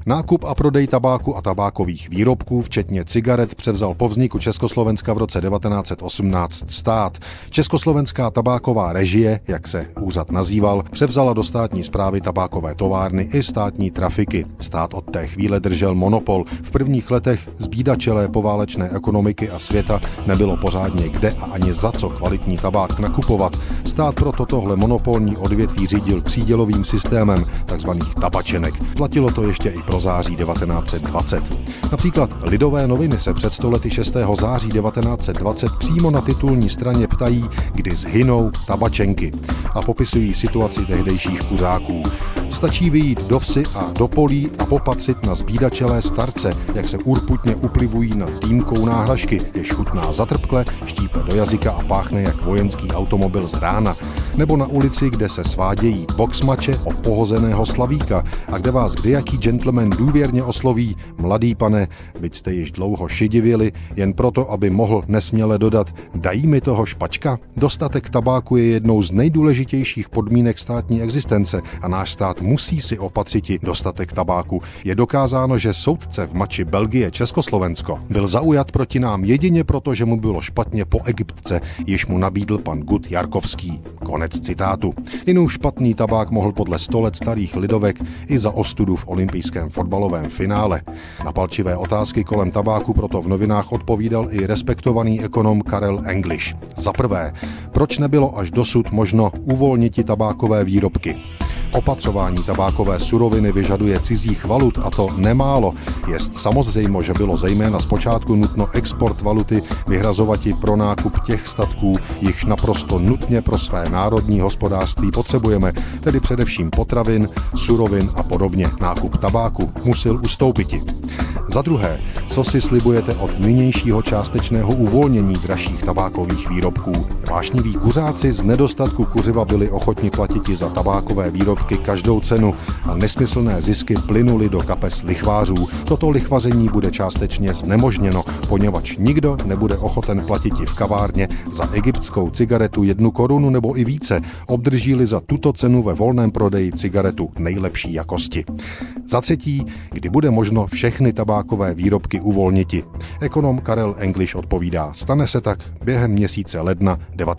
Nákup a prodej tabáku a tabákových výrobků, včetně cigaret, převzal po vzniku Československa v roce 1918 stát. Československá tabáková režie, jak se úřad nazýval, převzala do státní správy tabákové továrny i státní trafiky. Stát od té chvíle držel monopol. V prvních letech zbídačelé poválečné ekonomiky a světa nebylo pořádně kde a ani za co kvalitní tabák nakupovat. Stát proto tohle monopolní odvětví řídil přídělovým systémem takzvaných tabačenek. Platilo to ještě i pro září 1920. Například Lidové noviny se před 100 lety 6. září 1920 přímo na titulní straně ptají, kdy zhynou tabačenky a popisují situaci tehdejších kuřáků. Stačí vyjít do vsi a do polí a popatřit na zbídačelé starce, jak se urputně uplivují nad dýmkou náhražky, jež chutná zatrpkle, štípe do jazyka a páchne jak vojenský automobil z rána. Nebo na ulici, kde se svádějí boxmače o pohozeného slavíka a kde vás kdejaký gentleman důvěrně osloví: mladý pane, byť jste již dlouho šidivěli, jen proto, aby mohl nesměle dodat: dají mi toho špačka? Dostatek tabáku je jednou z nejdůležitějších podmínek státní existence a náš stát musí si opatřiti dostatek tabáku. Je dokázáno, že soudce v mači Belgie Československo byl zaujat proti nám jedině proto, že mu bylo špatně po Egyptce, jež mu nabídl pan Gut Jarkovský. Konec citátu. Jinou špatný tabák mohl podle 100 let starých lidovek i za ostudu v olympijském fotbalovém finále. Na palčivé otázky kolem tabáku proto v novinách odpovídal i respektovaný ekonom Karel English. Za prvé, proč nebylo až dosud možno uvolniti tabákové výrobky? Opatřování tabákové suroviny vyžaduje cizích valut, a to nemálo. Jest samozřejmo, že bylo zejména zpočátku nutno export valuty vyhrazovati pro nákup těch statků, jichž naprosto nutně pro své národní hospodářství potřebujeme, tedy především potravin, surovin a podobně. Nákup tabáku musil ustoupiti. Za druhé, co si slibujete od nynějšího částečného uvolnění dražších tabákových výrobků? Vášniví kuřáci z nedostatku kuřiva byli ochotni platiti za tabákové výrobky každou cenu a nesmyslné zisky plynuly do kapes lichvářů. Toto lichvaření bude částečně znemožněno, poněvadž nikdo nebude ochoten platiti v kavárně za egyptskou cigaretu 1 korunu nebo i více, obdrží-li za tuto cenu ve volném prodeji cigaretu nejlepší jakosti. Za třetí, kdy bude možno všechny tabákové výrobky uvolniti? Ekonom Karel English odpovídá: stane se tak během měsíce ledna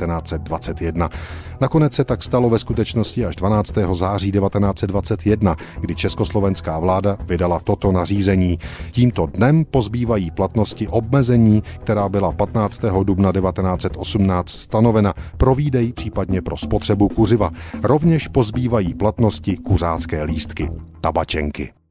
1921. Nakonec se tak stalo ve skutečnosti až 12. září 1921, kdy československá vláda vydala toto nařízení. Tímto dnem pozbývají platnosti obmezení, která byla 15. dubna 1918 stanovena pro výdej, případně pro spotřebu kuřiva. Rovněž pozbývají platnosti kuřácké lístky, tabačenky.